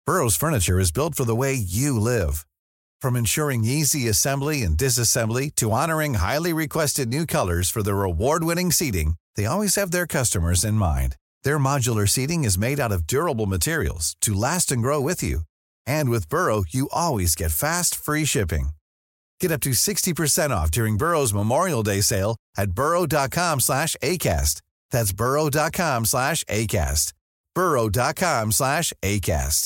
Burrow's furniture is built for the way you live. From ensuring easy assembly and disassembly to honoring highly requested new colors for their award-winning seating, they always have their customers in mind. Their modular seating is made out of durable materials to last and grow with you. And with Burrow, you always get fast, free shipping. Get up to 60% off during Burrow's Memorial Day sale at burrow.com/ACAST. That's burrow.com/ACAST. burrow.com/ACAST.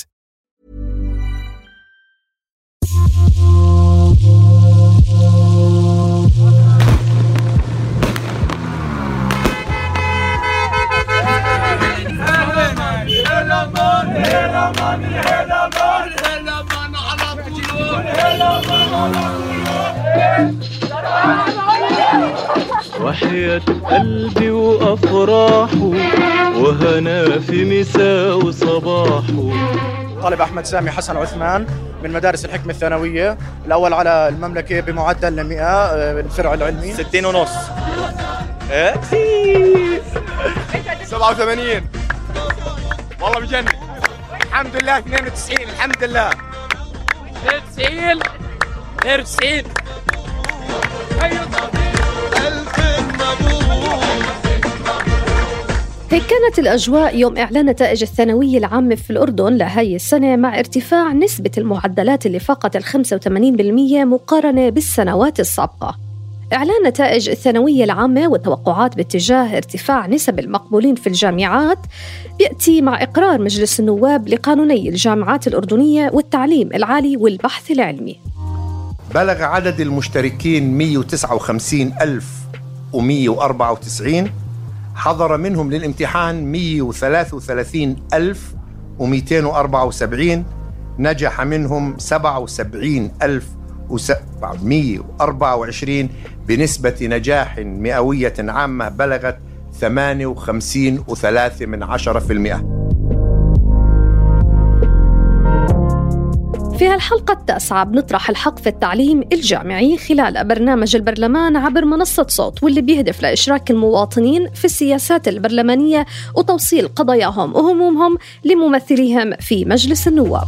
وحياة قلبي وأفراحه وهنا في مساء وصباحه. طالب أحمد سامي حسن عثمان من مدارس الحكمة الثانوية، الأول على المملكة بمعدل 100 الفرع العلمي 60.5 87 والله بجنن. الحمد لله 92 الحمد لله 92 هيك كانت الأجواء يوم إعلان نتائج الثانوية العامة في الأردن لهاي السنة، مع ارتفاع نسبة المعدلات اللي فاقت 85% مقارنة بالسنوات السابقة. إعلان نتائج الثانوية العامة والتوقعات باتجاه ارتفاع نسب المقبولين في الجامعات بيأتي مع إقرار مجلس النواب لقانوني الجامعات الأردنية والتعليم العالي والبحث العلمي. بلغ عدد المشتركين 159,194، حضر منهم للامتحان 133,274، نجح منهم 77,724 بنسبة نجاح مئوية عامة بلغت 58.3%. في هالحلقة التاسعة بنطرح الحق في التعليم الجامعي خلال برنامج البرلمان عبر منصة صوت، واللي بيهدف لإشراك المواطنين في السياسات البرلمانية وتوصيل قضاياهم وهمومهم لممثليهم في مجلس النواب.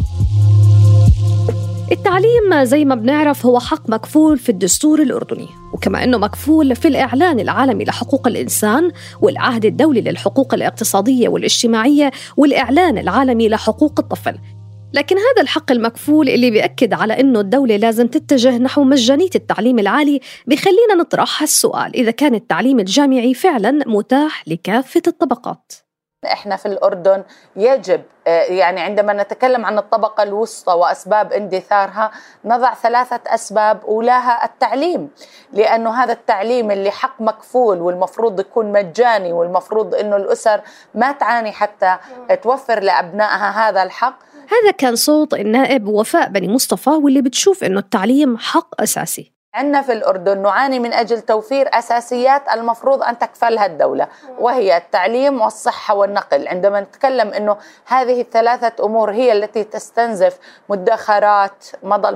التعليم زي ما بنعرف هو حق مكفول في الدستور الأردني، وكما أنه مكفول في الإعلان العالمي لحقوق الإنسان والعهد الدولي للحقوق الاقتصادية والاجتماعية والإعلان العالمي لحقوق الطفل. لكن هذا الحق المكفول اللي بيأكد على أنه الدولة لازم تتجه نحو مجانية التعليم العالي بيخلينا نطرح السؤال: إذا كان التعليم الجامعي فعلاً متاح لكافة الطبقات؟ إحنا في الأردن يجب يعني عندما نتكلم عن الطبقة الوسطى وأسباب اندثارها نضع 3 أسباب أولاها التعليم، لأنه هذا التعليم اللي حق مكفول والمفروض يكون مجاني، والمفروض أنه الأسر ما تعاني حتى توفر لأبنائها هذا الحق. هذا كان صوت النائب وفاء بني مصطفى، واللي بتشوف أنه التعليم حق أساسي. عندنا في الأردن نعاني من أجل توفير أساسيات المفروض أن تكفلها الدولة، وهي التعليم والصحة والنقل. عندما نتكلم أنه هذه ال3 أمور هي التي تستنزف مدخرات، مضى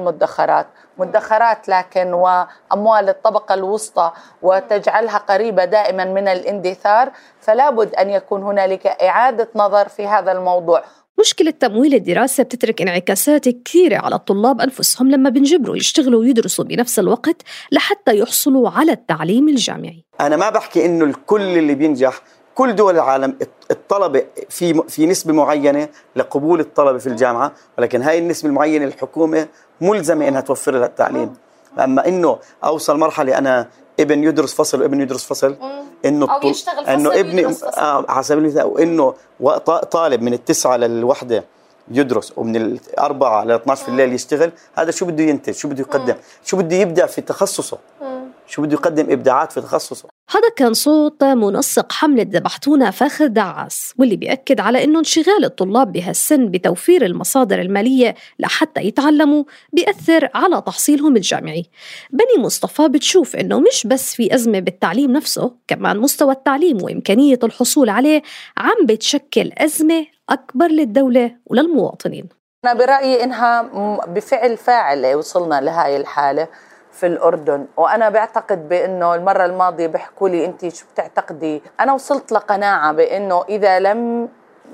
مدخرات لكن وأموال الطبقة الوسطى وتجعلها قريبة دائما من الاندثار، فلا بد أن يكون هنالك إعادة نظر في هذا الموضوع. مشكلة تمويل الدراسة بتترك انعكاسات كثيرة على الطلاب أنفسهم لما بنجبروا يشتغلوا ويدرسوا بنفس الوقت لحتى يحصلوا على التعليم الجامعي. أنا ما بحكي إنه الكل اللي بينجح، كل دول العالم الطلبة في نسبة معينة لقبول الطلبة في الجامعة، ولكن هاي النسبة المعينة الحكومة ملزمة إنها توفر لها التعليم. أما إنه أوصل مرحلة أنا ابن يدرس فصل وابن يدرس فصل، إنه ابني حسب المثال، وإنه طالب من 9 للوحدة يدرس ومن 4 ل 12 في الليل يشتغل، هذا شو بده ينتج، شو بده يقدم، شو بده يبدع في تخصصه، شو بده يقدم إبداعات في تخصصه. هذا كان صوت منسق حملة ذبحتونا فاخر دعاس، واللي بيأكد على أنه انشغال الطلاب بهالسن بتوفير المصادر المالية لحتى يتعلموا بيأثر على تحصيلهم الجامعي. بني مصطفى بتشوف أنه مش بس في أزمة بالتعليم نفسه، كمان مستوى التعليم وإمكانية الحصول عليه عم بتشكل أزمة أكبر للدولة وللمواطنين. أنا برأيي إنها بفعل فاعل وصلنا لهاي الحالة في الأردن، وأنا بعتقد بأنه المرة الماضية بيحكوا لي أنت شو بتعتقدي، أنا وصلت لقناعة بأنه إذا لم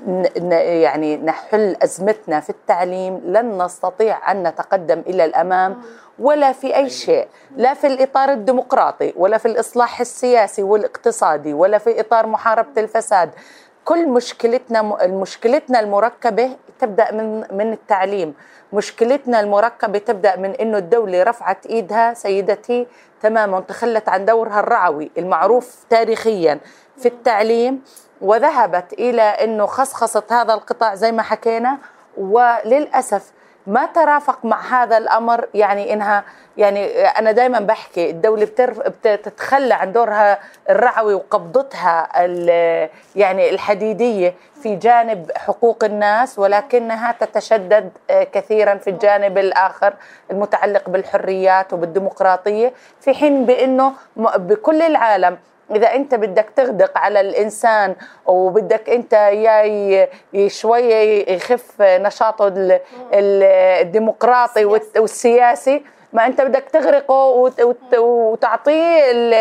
يعني نحل أزمتنا في التعليم لن نستطيع أن نتقدم إلى الأمام ولا في أي شيء، لا في الإطار الديمقراطي ولا في الإصلاح السياسي والاقتصادي ولا في إطار محاربة الفساد. كل مشكلتنا المركبة تبدأ من التعليم. مشكلتنا المركبة تبدأ من إنه الدولة رفعت إيدها سيدتي تماما، تخلت عن دورها الرعوي المعروف تاريخيا في التعليم، وذهبت إلى إنه خصخصت هذا القطاع زي ما حكينا، وللأسف ما ترافق مع هذا الأمر. يعني أنا دائما بحكي الدولة بتتخلى عن دورها الرعوي وقبضتها يعني الحديدية في جانب حقوق الناس، ولكنها تتشدد كثيرا في الجانب الآخر المتعلق بالحريات وبالديمقراطية، في حين بأنه بكل العالم إذا أنت بدك تغدق على الإنسان وبدك أنت شوية يخف نشاطه الديمقراطي والسياسي، ما أنت بدك تغرقه وتعطيه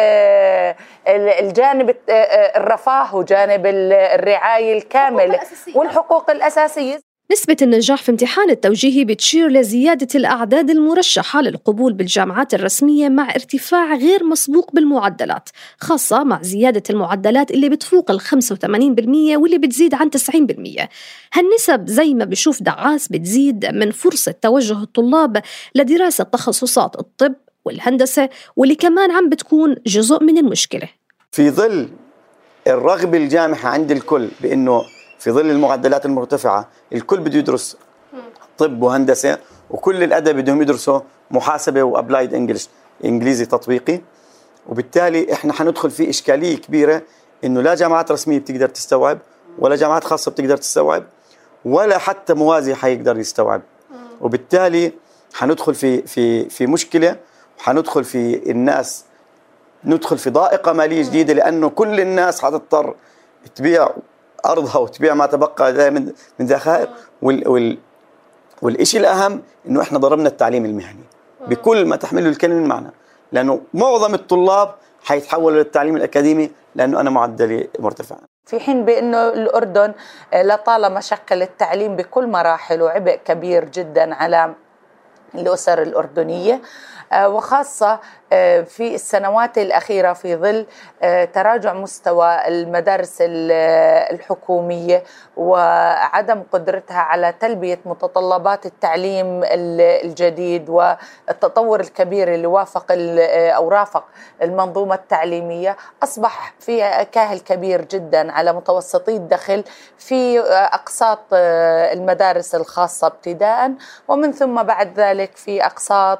الجانب الرفاه وجانب الرعاية الكاملة والحقوق الأساسية. نسبة النجاح في امتحان التوجيهي بتشير لزيادة الأعداد المرشحة للقبول بالجامعات الرسمية مع ارتفاع غير مسبوق بالمعدلات، خاصة مع زيادة المعدلات اللي بتفوق 85% واللي بتزيد عن 90%. هالنسب زي ما بشوف دعاس بتزيد من فرصة توجه الطلاب لدراسة تخصصات الطب والهندسة، واللي كمان عم بتكون جزء من المشكلة. في ظل الرغبة الجامحة عند الكل بأنه في ظل المعدلات المرتفعة الكل بده يدرس طب وهندسة، وكل الأدب بدهم يدرسوا محاسبة وأبلايد إنجليزي تطبيقي، وبالتالي إحنا حندخل في إشكالية كبيرة إنه لا جامعات رسمية بتقدر تستوعب ولا جامعات خاصة بتقدر تستوعب ولا حتى موازي حيقدر يستوعب، وبالتالي حندخل في مشكلة، وحندخل في الناس ندخل في ضائقة مالية جديدة، لأنه كل الناس حتضطر تبيع أرضها وتبيع ما تبقى من ذخائر. والإشي الأهم إنه إحنا ضربنا التعليم المهني بكل ما تحمله الكلمة من معنى، لأنه معظم الطلاب حيتحولوا للتعليم الأكاديمي لأنه أنا معدلي مرتفع، في حين بأنه الأردن لطالما شكل التعليم بكل مراحله عبء كبير جدا على الأسر الأردنية، وخاصة في السنوات الأخيرة في ظل تراجع مستوى المدارس الحكومية وعدم قدرتها على تلبية متطلبات التعليم الجديد والتطور الكبير اللي رافق المنظومة التعليمية، أصبح في كاهل كبير جدا على متوسطي الدخل في أقساط المدارس الخاصة ابتداء، ومن ثم بعد ذلك في أقساط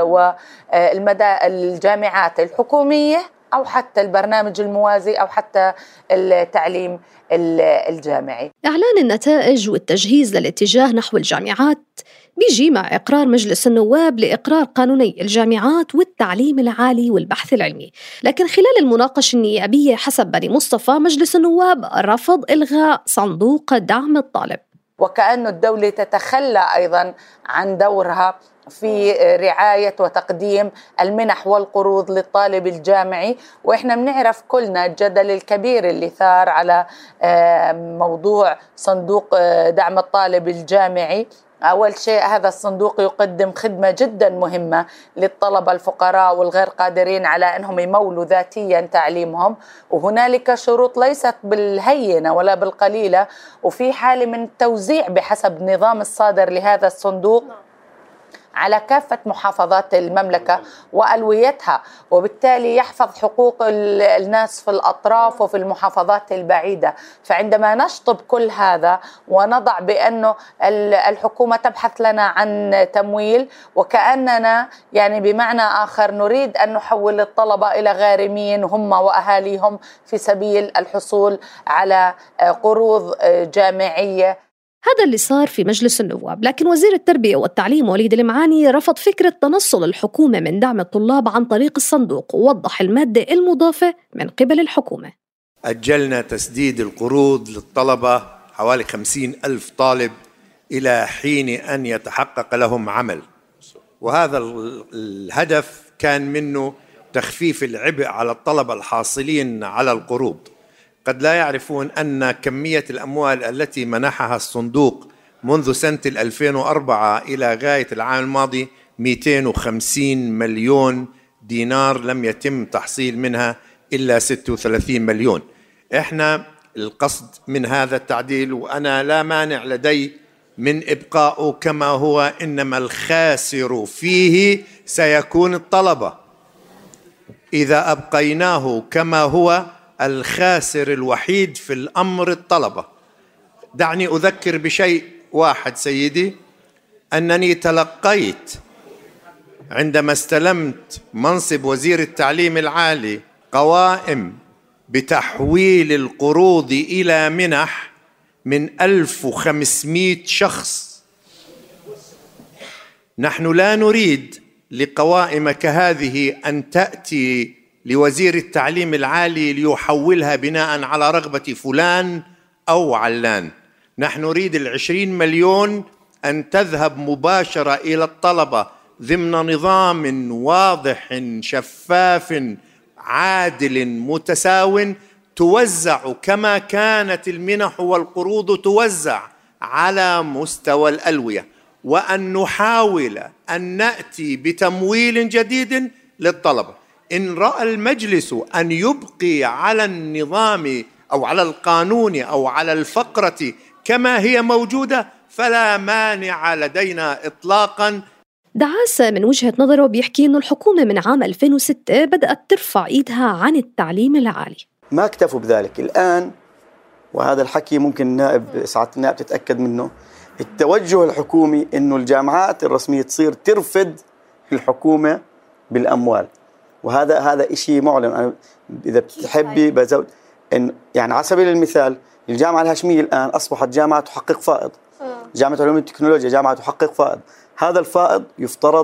الجامعات الحكومية أو حتى البرنامج الموازي أو حتى التعليم الجامعي. إعلان النتائج والتجهيز للاتجاه نحو الجامعات بيجي مع إقرار مجلس النواب لإقرار قانوني الجامعات والتعليم العالي والبحث العلمي، لكن خلال المناقشة النيابية حسب بني مصطفى مجلس النواب رفض إلغاء صندوق دعم الطالب، وكأن الدولة تتخلى أيضا عن دورها في رعاية وتقديم المنح والقروض للطالب الجامعي. وإحنا بنعرف كلنا الجدل الكبير اللي ثار على موضوع صندوق دعم الطالب الجامعي. أول شيء هذا الصندوق يقدم خدمة جدا مهمة للطلبة الفقراء والغير قادرين على أنهم يمولوا ذاتيا تعليمهم، وهنالك شروط ليست بالهينة ولا بالقليلة، وفي حالة من التوزيع بحسب نظام الصادر لهذا الصندوق على كافة محافظات المملكة وألويتها، وبالتالي يحفظ حقوق الناس في الأطراف وفي المحافظات البعيدة. فعندما نشطب كل هذا ونضع بأنه الحكومة تبحث لنا عن تمويل، وكأننا يعني بمعنى آخر نريد أن نحول الطلبة إلى غارمين هم وأهاليهم في سبيل الحصول على قروض جامعية. هذا اللي صار في مجلس النواب، لكن وزير التربية والتعليم وليد المعاني رفض فكرة تنصل الحكومة من دعم الطلاب عن طريق الصندوق، ووضح المادة المضافة من قبل الحكومة. أجلنا تسديد القروض للطلبة حوالي 50,000 طالب إلى حين أن يتحقق لهم عمل، وهذا الهدف كان منه تخفيف العبء على الطلبة الحاصلين على القروض، قد لا يعرفون أن كمية الأموال التي منحها الصندوق منذ سنة 2004 إلى غاية العام الماضي 250 مليون دينار، لم يتم تحصيل منها إلا 36 مليون. إحنا القصد من هذا التعديل، وأنا لا مانع لدي من إبقائه كما هو، إنما الخاسر فيه سيكون الطلبة. إذا أبقيناه كما هو الخاسر الوحيد في الأمر الطلبة. دعني أذكر بشيء واحد سيدي، أنني تلقيت عندما استلمت منصب وزير التعليم العالي قوائم بتحويل القروض إلى منح من 1500 شخص. نحن لا نريد لقوائم كهذه أن تأتي لوزير التعليم العالي ليحولها بناء على رغبة فلان أو علان. نحن نريد 20 مليون أن تذهب مباشرة إلى الطلبة ضمن نظام واضح شفاف عادل متساو، توزع كما كانت المنح والقروض توزع على مستوى الألوية، وأن نحاول أن نأتي بتمويل جديد للطلبة. إن رأى المجلس أن يبقي على النظام أو على القانون أو على الفقرة كما هي موجودة فلا مانع لدينا إطلاقاً. دعاس من وجهة نظره بيحكي إنه الحكومة من عام 2006 بدأت ترفع إيدها عن التعليم العالي. ما اكتفوا بذلك الآن، وهذا الحكي ممكن ساعة النائب تتأكد منه، التوجه الحكومي إنه الجامعات الرسمية تصير ترفد الحكومة بالأموال، وهذا إشي معلن. أنا إذا بتحبي بزود إن يعني على سبيل المثال الجامعة الهاشمية الآن أصبحت جامعة تحقق فائض، جامعة علوم التكنولوجيا جامعة تحقق فائض. هذا الفائض يفترض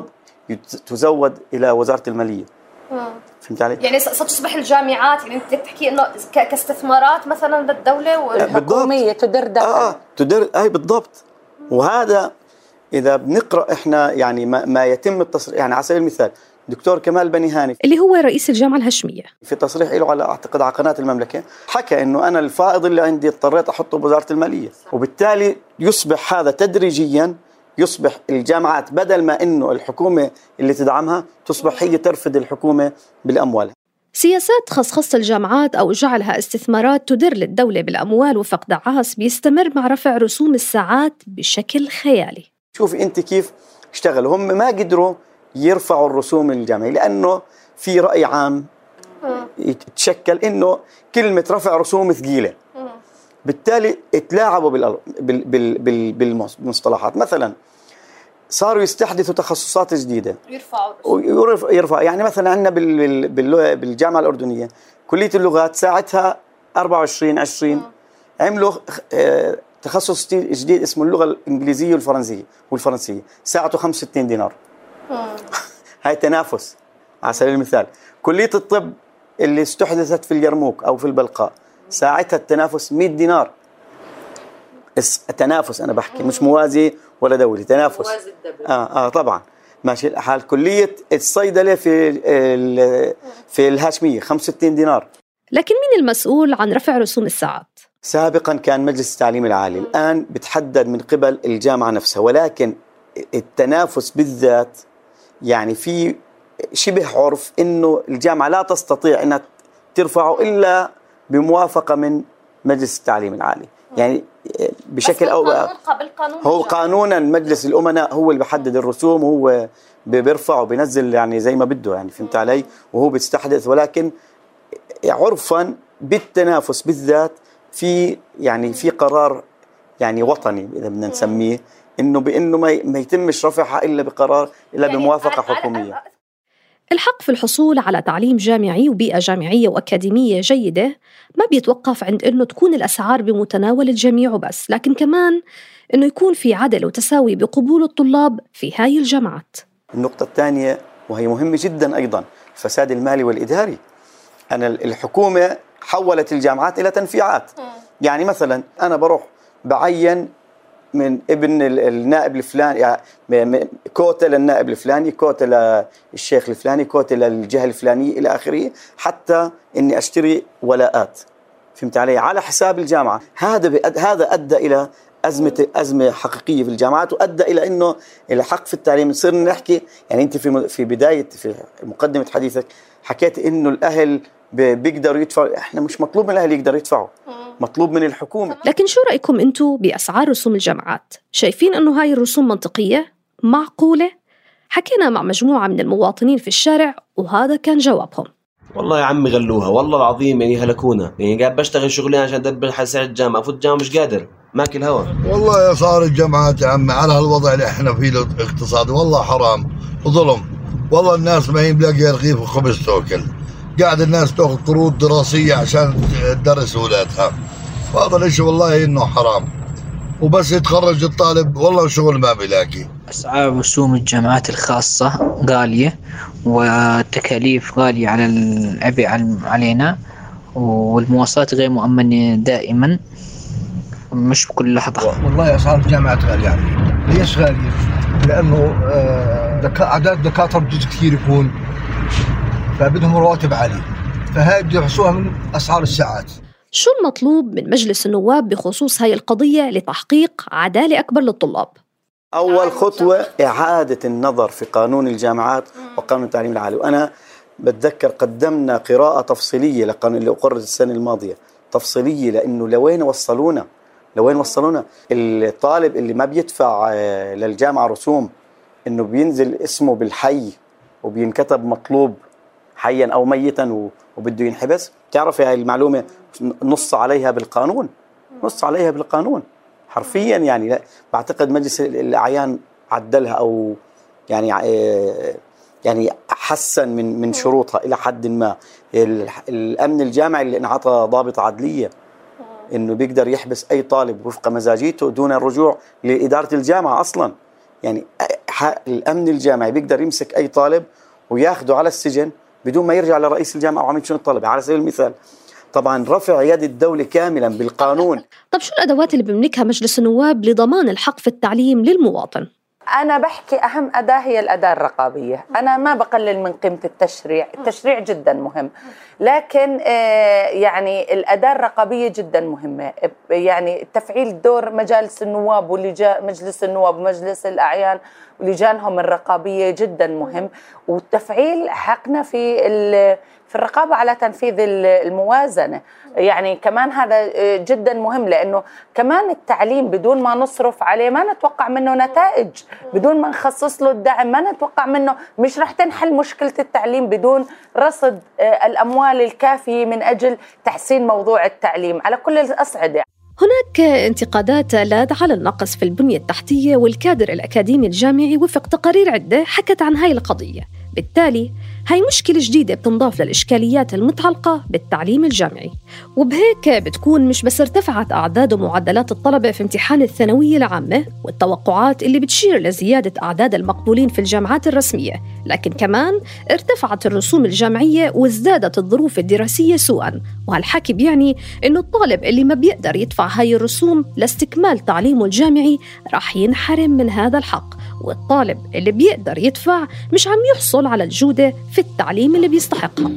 تزود إلى وزارة المالية. فهمت علي؟ يعني ستصبح الجامعات، يعني أنت تحكي إنه كاستثمارات مثلا للدولة والحكومية تدر دخل. تدر بالضبط. وهذا إذا بنقرأ إحنا يعني ما يتم التصريح، يعني على سبيل المثال دكتور كمال بنيهاني اللي هو رئيس الجامعة الهاشمية في تصريح له على أعتقد على قناة المملكة حكى إنه أنا الفائض اللي عندي اضطريت أحطه بوزارة المالية، وبالتالي يصبح هذا تدريجيا، يصبح الجامعات بدل ما إنه الحكومة اللي تدعمها تصبح هي ترفد الحكومة بالأموال. سياسات خصخصة الجامعات أو جعلها استثمارات تدر للدولة بالأموال وفق دعاس بيستمر مع رفع رسوم الساعات بشكل خيالي. شوفي أنت كيف اشتغلوا، هم ما قدروا يرفعوا الرسوم الجامعية لأنه في رأي عام يتشكل إنه كلمة رفع رسوم ثقيلة، بالتالي اتلاعبوا بالمصطلحات. مثلا صاروا يستحدثوا تخصصات جديدة يرفع يعني مثلا عندنا بالجامعة الأردنية كلية اللغات ساعتها 24-20 عملوا تخصص جديد اسمه اللغة الإنجليزية والفرنسية ساعته 65 دينار. هاي تنافس. على سبيل المثال كلية الطب اللي استحدثت في اليرموك أو في البلقاء ساعتها التنافس 100 دينار. التنافس أنا بحكي مش موازي ولا دولي، تنافس طبعا ماشي الحال. كلية الصيدلة في الهاشمية 65 دينار. لكن مين المسؤول عن رفع رسوم الساعات؟ سابقا كان مجلس التعليم العالي، الآن بتحدد من قبل الجامعة نفسها، ولكن التنافس بالذات يعني في شبه عرف إنه الجامعة لا تستطيع أنها ترفعه إلا بموافقة من مجلس التعليم العالي. يعني بشكل أو هو قانونا مجلس الأمناء هو اللي بيحدد الرسوم، وهو بيرفع وبينزل يعني زي ما بده، يعني فهمت علي، وهو بيستحدث. ولكن عرفا بالتنافس بالذات في قرار يعني وطني إذا بدنا نسميه بأنه ما يتمش رفعها إلا بقرار إلا بموافقة حكومية. الحق في الحصول على تعليم جامعي وبيئة جامعية وأكاديمية جيدة ما بيتوقف عند أنه تكون الأسعار بمتناول الجميع وبس، لكن كمان أنه يكون في عدل وتساوي بقبول الطلاب في هاي الجامعات. النقطة الثانية وهي مهمة جدا أيضا الفساد المالي والإداري. أنا الحكومة حولت الجامعات إلى تنفيعات. يعني مثلا أنا بروح بعين من ابن النائب الفلاني يعني كوتا للنائب الفلاني، كوتا للشيخ الفلاني، كوتا للجهة الفلانية إلى آخره، حتى إني أشتري ولاءات. فهمت علي، على حساب الجامعة. هذا أدى إلى أزمة حقيقية في الجامعات، وأدى إلى إنه الحق في التعليم. صرنا نحكي يعني أنت في بداية في مقدمة حديثك حكيت إنه الأهل بيقدروا يدفعوا. إحنا مش مطلوب من الأهل يقدروا يدفعوا، مطلوب من الحكومة. لكن شو رأيكم أنتوا بأسعار رسوم الجامعات؟ شايفين إنه هاي الرسوم منطقية؟ معقولة؟ حكينا مع مجموعة من المواطنين في الشارع وهذا كان جوابهم. والله يا عمي غلوها والله العظيم، يعني هلكونا. يعني قاعد بشتغل شغلين عشان ادبر سعر الجامعة، فوت الجامعة مش قادر، ماكل هوا. والله صار الجامعات يا عمي على هالوضع اللي احنا فيه الاقتصادي والله حرام وظلم. والله الناس ما هي ملاقيه رغيف وخبز تاكل، قاعد الناس تاخذ قروض دراسية عشان تدرس اولادها، وهذا الاشي والله انه حرام. وبس يتخرج الطالب والله شغل ما بيلاقي. أسعار رسوم الجامعات الخاصة غالية، والتكاليف غالية على العبء علينا، والمواصلات غير مؤمنة دائما مش بكل لحظة. والله أسعار الجامعات غالية يعني. ليش غالية؟ لأنه أعداد دكاترة بجوز كثير يكون، فبدهم رواتب عالية، فهاي بده يحصوها من أسعار الساعات. شو المطلوب من مجلس النواب بخصوص هاي القضية لتحقيق عدالة أكبر للطلاب؟ أول خطوة إعادة النظر في قانون الجامعات وقانون التعليم العالي. وأنا بتذكر قدمنا قراءة تفصيلية لقانون اللي أقرت السنة الماضية، تفصيلية، لأنه لوين وصلونا. الطالب اللي ما بيدفع للجامعة رسوم، إنه بينزل اسمه بالحي وبينكتب مطلوب حيا أو ميتا وبده ينحبس. تعرف هاي المعلومة نص عليها بالقانون حرفيا. يعني لا بعتقد مجلس الأعيان عدلها أو يعني حسن من شروطها إلى حد ما. الأمن الجامعي اللي انعطى ضابط عدلية إنه بيقدر يحبس أي طالب وفق مزاجيته دون الرجوع لإدارة الجامعة أصلا. يعني الأمن الجامعي بيقدر يمسك أي طالب وياخده على السجن بدون ما يرجع لرئيس الجامعة وعميد شؤون الطلبة على سبيل المثال. طبعا رفع يد الدولة كاملا بالقانون. طب شو الأدوات اللي بيملكها مجلس النواب لضمان الحق في التعليم للمواطن؟ أنا بحكي أهم أداة هي الأداة الرقابية. أنا ما بقلل من قيمة التشريع جدا مهم، لكن يعني الأداة الرقابية جدا مهمة. يعني تفعيل دور مجالس النواب مجلس النواب ومجلس الأعيان ولجانهم الرقابية جدا مهم، وتفعيل حقنا في الرقابة على تنفيذ الموازنة. يعني كمان هذا جدا مهم، لأنه كمان التعليم بدون ما نصرف عليه ما نتوقع منه نتائج، بدون ما نخصص له الدعم ما نتوقع منه. مش رح تنحل مشكلة التعليم بدون رصد الأموال الكافية من أجل تحسين موضوع التعليم على كل الأصعدة. هناك انتقادات لا على النقص في البنية التحتية والكادر الأكاديمي الجامعي وفق تقارير عدة حكت عن هاي القضية. بالتالي هاي مشكلة جديدة بتنضاف للإشكاليات المتعلقة بالتعليم الجامعي، وبهيك بتكون مش بس ارتفعت أعداد ومعدلات الطلبة في امتحان الثانوية العامة والتوقعات اللي بتشير لزيادة أعداد المقبولين في الجامعات الرسمية، لكن كمان ارتفعت الرسوم الجامعية وازدادت الظروف الدراسية سوءاً. وهالحكي بيعني إنه الطالب اللي ما بيقدر يدفع هاي الرسوم لاستكمال تعليمه الجامعي راح ينحرم من هذا الحق، والطالب اللي بيقدر يدفع مش عم يحصل على الجودة في التعليم اللي بيستحقها.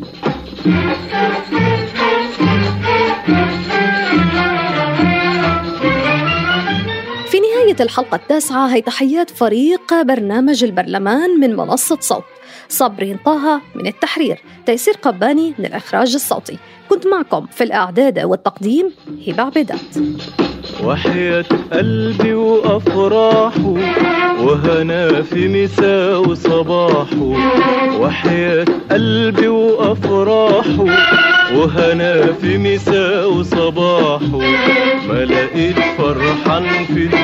في نهاية الحلقة 9 هي تحيات فريق برنامج البرلمان من منصة صوت، صبرين طه من التحرير، تيسير قباني من الإخراج الصوتي. كنت معكم في الإعداد والتقديم هبة عبيدات. وحياة قلبي وأفراحه وهنا في مساء وصباحه، وحياة قلبي وأفراحه وهنا في مساء وصباحه، ما لقيت فرحان في